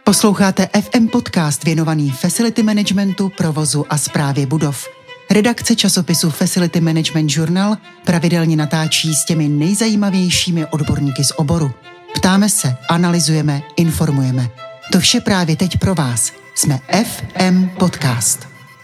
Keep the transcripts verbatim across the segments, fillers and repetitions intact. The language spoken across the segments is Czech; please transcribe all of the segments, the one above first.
Posloucháte F M podcast věnovaný facility managementu, provozu a správě budov. Redakce časopisu Facility Management Journal pravidelně natáčí s těmi nejzajímavějšími odborníky z oboru. Ptáme se, analyzujeme, informujeme. To vše právě teď pro vás. Jsme F M Podcast.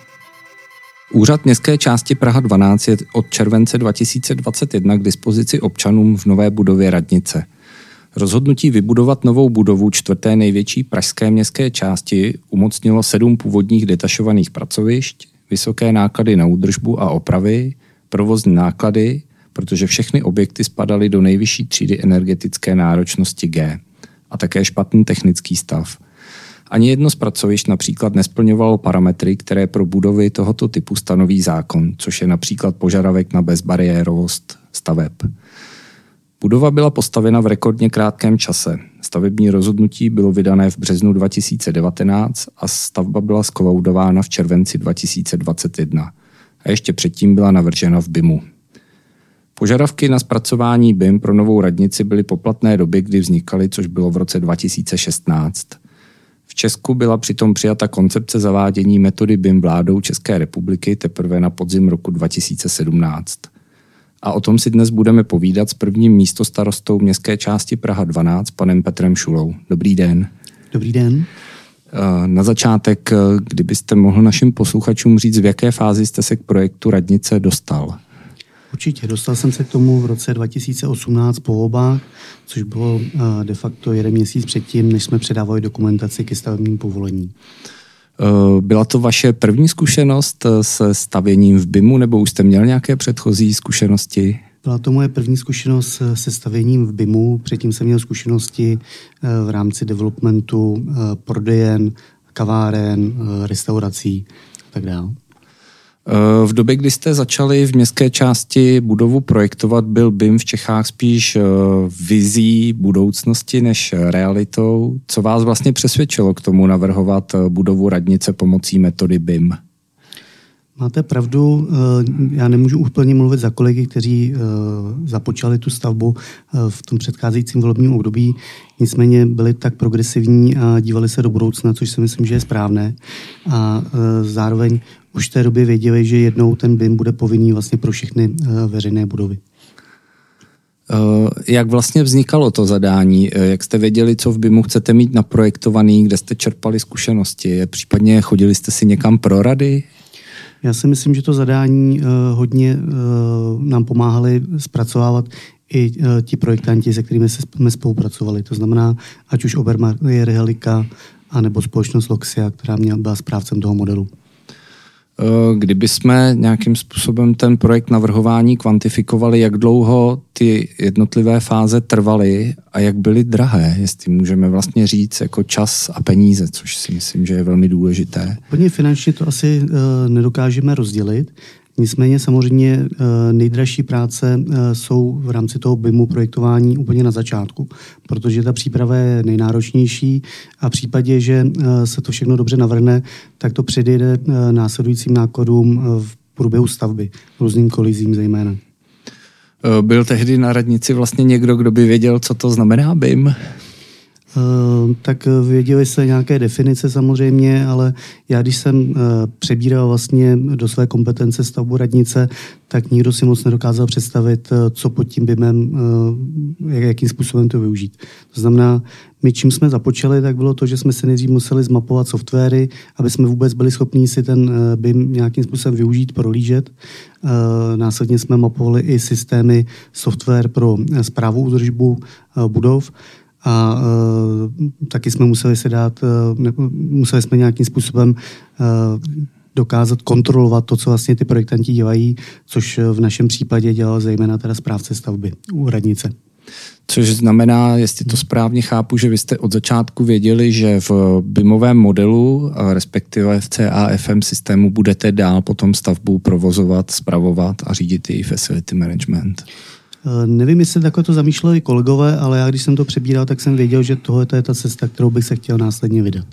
Úřad městské části Praha dvanáct je od července dva tisíce dvacet jedna k dispozici občanům v nové budově radnice. Rozhodnutí vybudovat novou budovu čtvrté největší pražské městské části umocnilo sedm původních detašovaných pracovišť, vysoké náklady na údržbu a opravy, provozní náklady, protože všechny objekty spadaly do nejvyšší třídy energetické náročnosti G, a také špatný technický stav. Ani jedno z pracovišť například nesplňovalo parametry, které pro budovy tohoto typu stanoví zákon, což je například požadavek na bezbariérovost staveb. Budova byla postavena v rekordně krátkém čase. Stavební rozhodnutí bylo vydané v březnu dva tisíce devatenáct a stavba byla skolaudována v červenci dva tisíce dvacet jedna. A ještě předtím byla navržena v B I M u. Požadavky na zpracování B I M pro novou radnici byly po platné době, kdy vznikaly, což bylo v roce dva tisíce šestnáct. V Česku byla přitom přijata koncepce zavádění metody B I M vládou České republiky teprve na podzim roku dva tisíce sedmnáct. A o tom si dnes budeme povídat s prvním místostarostou městské části Praha dvanáct, panem Petrem Šulou. Dobrý den. Dobrý den. Na začátek, kdybyste mohl našim posluchačům říct, v jaké fázi jste se k projektu radnice dostal? Určitě. Dostal jsem se k tomu v roce dva tisíce osmnáct po volbách, což bylo de facto jeden měsíc předtím, než jsme předávali dokumentaci ke stavebním povolení. Byla to vaše první zkušenost se stavěním v B I M u, nebo už jste měl nějaké předchozí zkušenosti? Byla to moje první zkušenost se stavěním v B I M u, předtím jsem měl zkušenosti v rámci developmentu prodejen, kaváren, restaurací a tak dále. V době, kdy jste začali v městské části budovu projektovat, byl B I M v Čechách spíš vizí budoucnosti než realitou. Co vás vlastně přesvědčilo k tomu navrhovat budovu radnice pomocí metody B I M? Máte pravdu, já nemůžu úplně mluvit za kolegy, kteří započali tu stavbu v tom předcházejícím volebním období, nicméně byli tak progresivní a dívali se do budoucna, což si myslím, že je správné. A zároveň už v té době věděli, že jednou ten B I M bude povinný vlastně pro všechny veřejné budovy. Jak vlastně vznikalo to zadání? Jak jste věděli, co v B I M u chcete mít naprojektovaný, kde jste čerpali zkušenosti? Případně chodili jste si někam pro rady? Já si myslím, že to zadání uh, hodně uh, nám pomáhali zpracovávat i uh, ti projektanti, se kterými jsme spolupracovali. To znamená, ať už Obermeier Helika, anebo společnost Loxia, která měla, byla správcem toho modelu. Kdyby jsme nějakým způsobem ten projekt navrhování kvantifikovali, jak dlouho ty jednotlivé fáze trvaly a jak byly drahé, jestli můžeme vlastně říct jako čas a peníze, což si myslím, že je velmi důležité. Úplně finančně to asi uh, nedokážeme rozdělit. Nicméně samozřejmě nejdražší práce jsou v rámci toho B I M u projektování úplně na začátku, protože ta příprava je nejnáročnější a v případě, že se to všechno dobře navrhne, tak to předjede následujícím nákladům v průběhu stavby, různým kolizím zejména. Byl tehdy na radnici vlastně někdo, kdo by věděl, co to znamená B I M? Uh, tak věděli se nějaké definice samozřejmě, ale já když jsem uh, přebíral vlastně do své kompetence stavbu radnice, tak nikdo si moc nedokázal představit, uh, co pod tím BIMem, uh, jak, jakým způsobem to využít. To znamená, my čím jsme započali, tak bylo to, že jsme se nejdřív museli zmapovat softwary, aby jsme vůbec byli schopni si ten uh, B I M nějakým způsobem využít, prolížet. Uh, následně jsme mapovali i systémy software pro uh, správu údržbu uh, budov. A uh, taky jsme museli se dát, uh, ne, museli jsme nějakým způsobem uh, dokázat kontrolovat to, co vlastně ty projektanti dělají, což v našem případě dělal zejména teda správce stavby u radnice. Což znamená, jestli to správně chápu, že vy jste od začátku věděli, že v BIMovém modelu, respektive v C A F M systému, budete dál potom stavbu provozovat, spravovat a řídit její facility management. Nevím, jestli takhle to zamýšleli kolegové, ale já, když jsem to přebíral, tak jsem věděl, že tohle je ta cesta, kterou bych se chtěl následně vydat.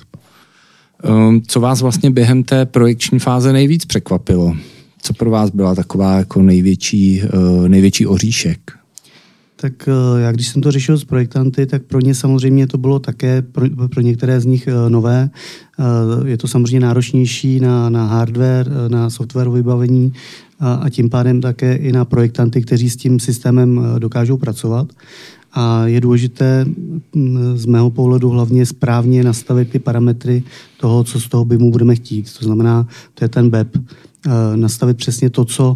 Co vás vlastně během té projekční fáze nejvíc překvapilo? Co pro vás byla taková jako největší, největší oříšek? Tak já, když jsem to řešil s projektanty, tak pro ně samozřejmě to bylo také, pro, pro některé z nich nové. Je to samozřejmě náročnější na, na hardware, na software vybavení a, a tím pádem také i na projektanty, kteří s tím systémem dokážou pracovat. A je důležité z mého pohledu hlavně správně nastavit ty parametry toho, co z toho B I M u budeme chtít. To znamená, to je ten B E P. Nastavit přesně to, co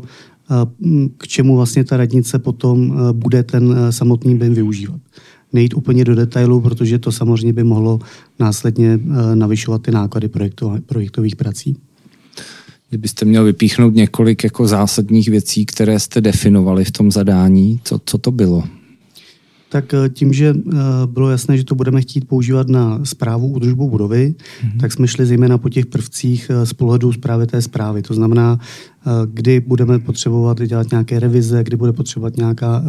k čemu vlastně ta radnice potom bude ten samotný B I M využívat. Nejít úplně do detailu, protože to samozřejmě by mohlo následně navyšovat ty náklady projektových prací. Kdybyste měl vypíchnout několik jako zásadních věcí, které jste definovali v tom zadání, co, co to bylo? Tak tím, že bylo jasné, že to budeme chtít používat na správu údržbu budovy, mm-hmm. tak jsme šli zejména po těch prvcích z pohledu správy té správy. To znamená, kdy budeme potřebovat dělat nějaké revize, kdy bude potřebovat nějaká,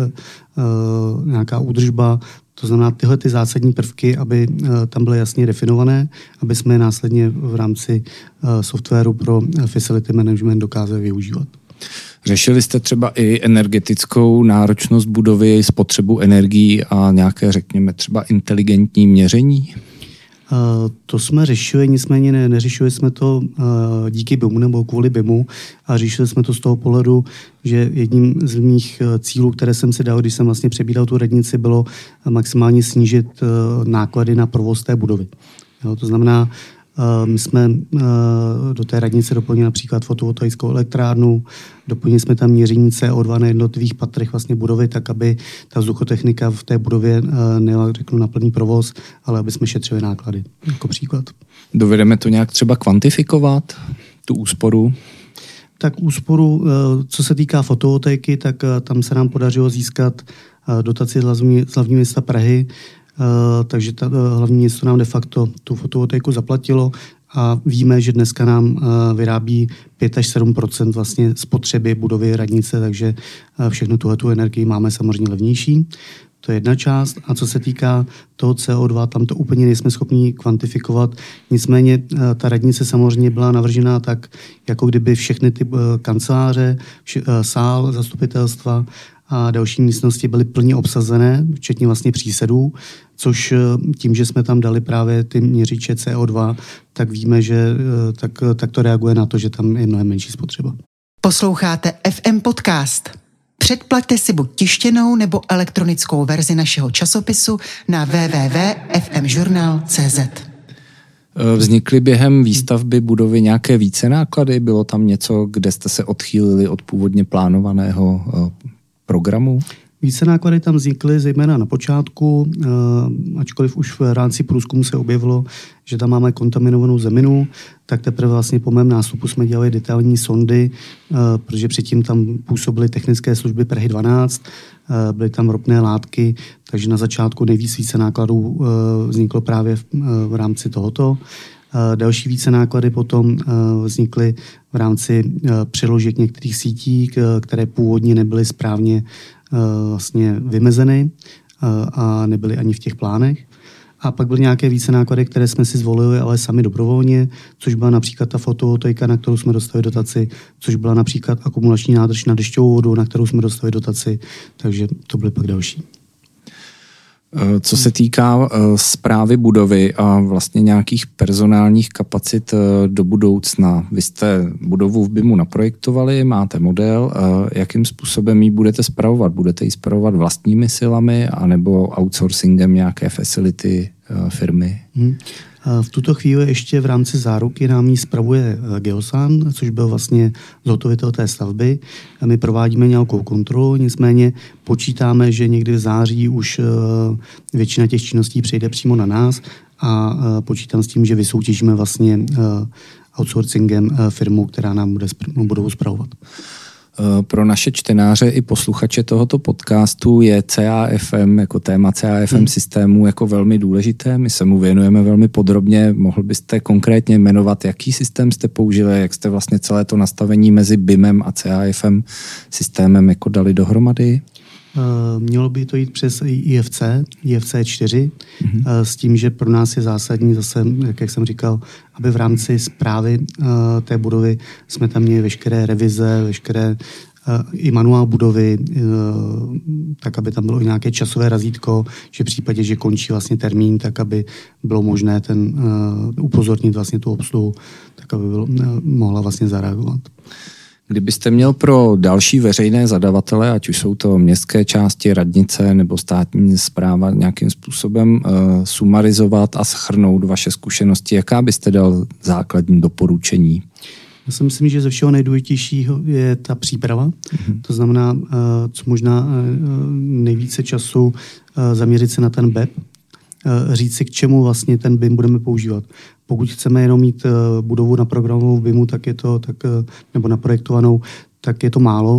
nějaká údržba. To znamená tyhle ty zásadní prvky, aby tam byly jasně definované, aby jsme je následně v rámci softwaru pro facility management dokázali využívat. Řešili jste třeba i energetickou náročnost budovy, spotřebu energií a nějaké, řekněme, třeba inteligentní měření? Uh, to jsme řešili, nicméně ne, neřešili jsme to uh, díky B I M u nebo kvůli B I M u a řešili jsme to z toho pohledu, že jedním z mých cílů, které jsem si dal, když jsem vlastně přebíral tu radnici, bylo maximálně snížit uh, náklady na provoz té budovy. Jo, to znamená, my jsme do té radnice doplnili například fotovoltaickou elektrárnu, doplnili jsme tam měření C O dva na jednotlivých patrech vlastně budovy, tak aby ta vzduchotechnika v té budově nejela, řeknu, na plný provoz, ale aby jsme šetřili náklady, jako příklad. Dovedeme to nějak třeba kvantifikovat, tu úsporu? Tak úsporu, co se týká fotovoltaiky, tak tam se nám podařilo získat dotaci z hlavního města Prahy. Uh, takže ta, uh, hlavní město nám de facto tu fotovoltaiku zaplatilo a víme, že dneska nám uh, vyrábí pět až sedm procent vlastně spotřeby budovy radnice, takže uh, všechno tuhletu energii máme samozřejmě levnější. To je jedna část. A co se týká toho C O dva, tam to úplně nejsme schopni kvantifikovat. Nicméně uh, ta radnice samozřejmě byla navržená tak, jako kdyby všechny ty uh, kanceláře, vše, uh, sál, zastupitelstva a další místnosti byly plně obsazené, včetně vlastně přísedů, což tím, že jsme tam dali právě ty měřiče C O dva, tak víme, že tak, tak to reaguje na to, že tam je mnohem menší spotřeba. Posloucháte F M Podcast. Předplaťte si buď tištěnou nebo elektronickou verzi našeho časopisu na w w w tečka f m journal tečka c z. Vznikly během výstavby budovy nějaké více náklady? Bylo tam něco, kde jste se odchýlili od původně plánovaného programu? Více náklady tam vznikly zejména na počátku, ačkoliv už v rámci průzkumu se objevilo, že tam máme kontaminovanou zeminu, tak teprve vlastně po mém nástupu jsme dělali detailní sondy, protože předtím tam působily technické služby Prahy dvanáct, byly tam ropné látky, takže na začátku nejvíc více nákladů vzniklo právě v rámci tohoto. Další více náklady potom vznikly v rámci přeložek některých sítí, které původně nebyly správně vlastně vymezeny a nebyly ani v těch plánech. A pak byly nějaké více náklady, které jsme si zvolili, ale sami dobrovolně, což byla například ta fotovoltaika, na kterou jsme dostali dotaci, což byla například akumulační nádrž na dešťovou vodu, na kterou jsme dostali dotaci, takže to byly pak další. Co se týká správy budovy a vlastně nějakých personálních kapacit do budoucna, vy jste budovu v B I M u naprojektovali, máte model, jakým způsobem ji budete spravovat? Budete ji spravovat vlastními silami anebo outsourcingem nějaké facility firmy? Hmm. V tuto chvíli ještě v rámci záruky nám ji spravuje Geosan, což byl vlastně zhotovitel té stavby. My provádíme nějakou kontrolu, nicméně počítáme, že někdy v září už většina těch činností přejde přímo na nás a počítám s tím, že vysoutěžíme vlastně outsourcingem firmu, která nám bude budovu spravovat. Pro naše čtenáře i posluchače tohoto podcastu je C A F M jako téma C A F M hmm. systému jako velmi důležité. My se mu věnujeme velmi podrobně. Mohl byste konkrétně jmenovat, jaký systém jste použili, jak jste vlastně celé to nastavení mezi B I M em a C A F M systémem jako dali dohromady? Mělo by to jít přes I F C, I F C čtyři, mm-hmm. s tím, že pro nás je zásadní zase, jak jsem říkal, aby v rámci správy té budovy jsme tam měli veškeré revize, veškeré i manuál budovy, tak aby tam bylo i nějaké časové razítko, že v případě, že končí vlastně termín, tak aby bylo možné ten upozornit vlastně tu obsluhu, tak aby bylo, mohla vlastně zareagovat. Kdybyste měl pro další veřejné zadavatele, ať už jsou to městské části, radnice nebo státní správa nějakým způsobem uh, sumarizovat a shrnout vaše zkušenosti, jaká byste dal základní doporučení? Já si myslím, že ze všeho nejdůležitějšího je ta příprava. Mm-hmm. To znamená, uh, co možná uh, nejvíce času uh, zaměřit se na ten B E P, uh, říct si, k čemu vlastně ten B I M budeme používat. Pokud chceme jenom mít uh, budovu naprogramovanou v B I M u, tak je to, tak, uh, nebo naprojektovanou, tak je to málo.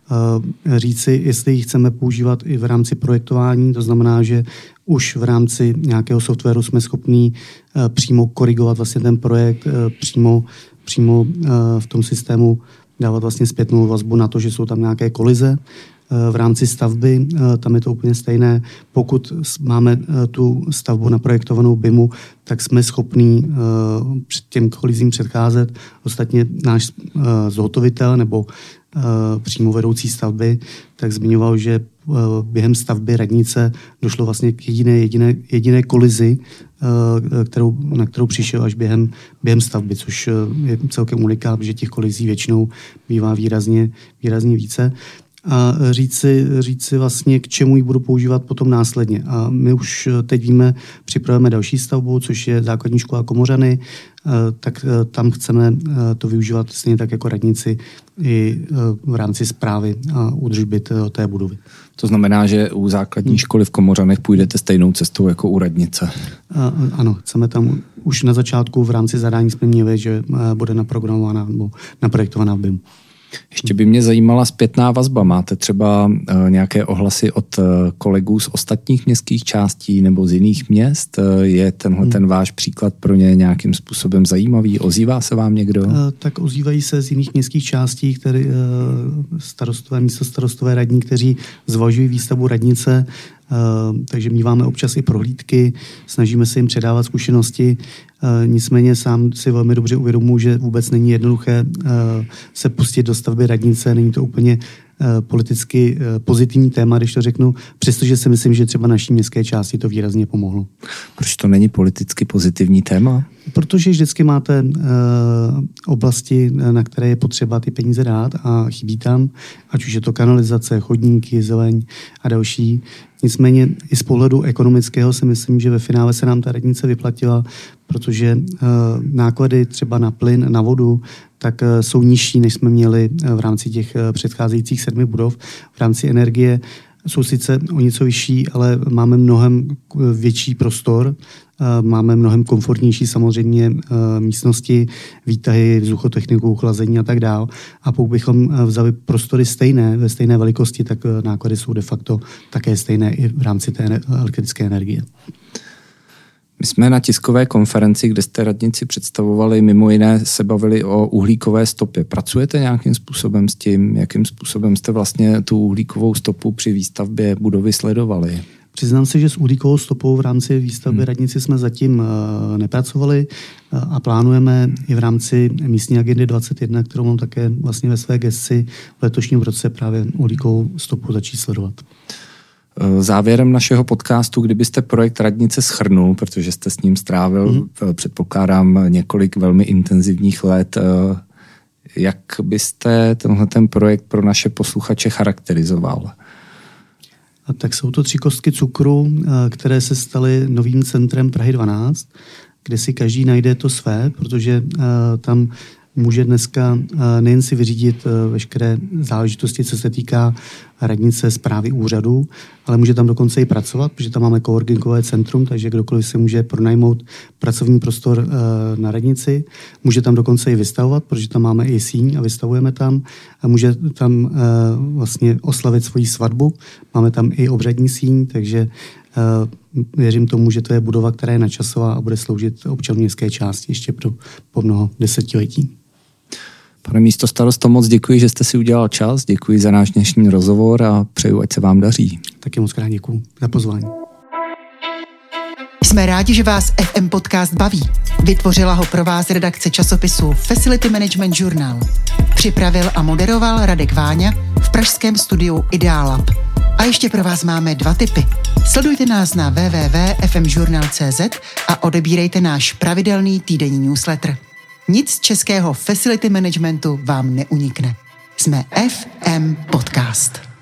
Uh, říct si, jestli ji chceme používat i v rámci projektování, to znamená, že už v rámci nějakého softwaru jsme schopní uh, přímo korigovat vlastně ten projekt, uh, přímo, přímo uh, v tom systému dávat vlastně zpětnou vazbu na to, že jsou tam nějaké kolize. V rámci stavby, tam je to úplně stejné. Pokud máme tu stavbu naprojektovanou B I M u, tak jsme schopní před těm kolizím předcházet. Ostatně náš zhotovitel nebo přímo vedoucí stavby tak zmiňoval, že během stavby radnice došlo vlastně k jediné, jediné, jediné kolizi, kterou, na kterou přišel až během, během stavby, což je celkem unikát, protože těch kolizí většinou bývá výrazně, výrazně více. A říct si, říct si vlastně, k čemu ji budu používat potom následně. A my už teď víme, připravujeme další stavbu, což je základní škola Komořany, tak tam chceme to využívat stejně tak jako radnici i v rámci správy a údržby té budovy. To znamená, že u základní školy v Komořanech půjdete stejnou cestou jako u radnice? A, ano, chceme tam už na začátku v rámci zadání jsme měli, že bude naprogramovaná nebo naprojektovaná v B I M. Ještě by mě zajímala zpětná vazba. Máte třeba uh, nějaké ohlasy od uh, kolegů z ostatních městských částí nebo z jiných měst? Uh, je tenhle hmm. ten váš příklad pro ně nějakým způsobem zajímavý? Ozývá se vám někdo? Uh, tak ozývají se z jiných městských částí, které uh, starostové, místostarostové radní, kteří zvažují výstavbu radnice. Uh, takže míváme občas i prohlídky, snažíme se jim předávat zkušenosti. Uh, nicméně sám si velmi dobře uvědomuji, že vůbec není jednoduché uh, se pustit do stavby radnice, není to úplně uh, politicky uh, pozitivní téma, když to řeknu, přestože si myslím, že třeba naší městské části to výrazně pomohlo. Proč to není politicky pozitivní téma? Protože vždycky máte uh, oblasti, na které je potřeba ty peníze dát a chybí tam, ať už je to kanalizace, chodníky, zeleň a další. Nicméně i z pohledu ekonomického si myslím, že ve finále se nám ta radnice vyplatila, protože uh, náklady třeba na plyn, na vodu, tak uh, jsou nižší, než jsme měli uh, v rámci těch uh, předcházejících sedmi budov. V rámci energie jsou sice o něco vyšší, ale máme mnohem větší prostor, máme mnohem komfortnější samozřejmě místnosti, výtahy, vzduchotechniku, chlazení a tak dál. A pokud bychom vzali prostory stejné, ve stejné velikosti, tak náklady jsou de facto také stejné i v rámci té elektrické energie. My jsme na tiskové konferenci, kde jste radnici představovali, mimo jiné se bavili o uhlíkové stopě. Pracujete nějakým způsobem s tím, jakým způsobem jste vlastně tu uhlíkovou stopu při výstavbě budovy sledovali? Přiznám se, že s uhlíkovou stopou v rámci výstavby hmm. radnici jsme zatím uh, nepracovali uh, a plánujeme i v rámci místní agendy dvacet jedna, kterou mám také vlastně ve své gesci v letošním roce právě uhlíkovou stopu začít sledovat. Závěrem našeho podcastu, kdybyste projekt radnice shrnul, protože jste s ním strávil, mm. předpokládám, několik velmi intenzivních let, jak byste tenhle ten projekt pro naše posluchače charakterizoval? A tak jsou to tři kostky cukru, které se staly novým centrem Prahy dvanáct, kde si každý najde to své, protože tam může dneska nejen si vyřídit veškeré záležitosti, co se týká radnice, správy úřadu, ale může tam dokonce i pracovat, protože tam máme coworkingové centrum, takže kdokoliv se může pronajmout pracovní prostor na radnici. Může tam dokonce i vystavovat, protože tam máme i síň a vystavujeme tam. A může tam vlastně oslavit svoji svatbu. Máme tam i obřadní síň, takže věřím tomu, že to je budova, která je načasová a bude sloužit občanům městské části ještě pro po mnoho desetiletí. Pane místostarosto, moc děkuji, že jste si udělal čas, děkuji za náš dnešní rozhovor a přeju, ať se vám daří. Taky moc krát děkuji za pozvání. Jsme rádi, že vás F M Podcast baví. Vytvořila ho pro vás redakce časopisu Facility Management Journal. Připravil a moderoval Radek Váňa v pražském studiu Ideal Lab. A ještě pro vás máme dva tipy. Sledujte nás na w w w tečka f m journal tečka c z a odebírejte náš pravidelný týdenní newsletter. Nic z českého facility managementu vám neunikne. Jsme F M Podcast.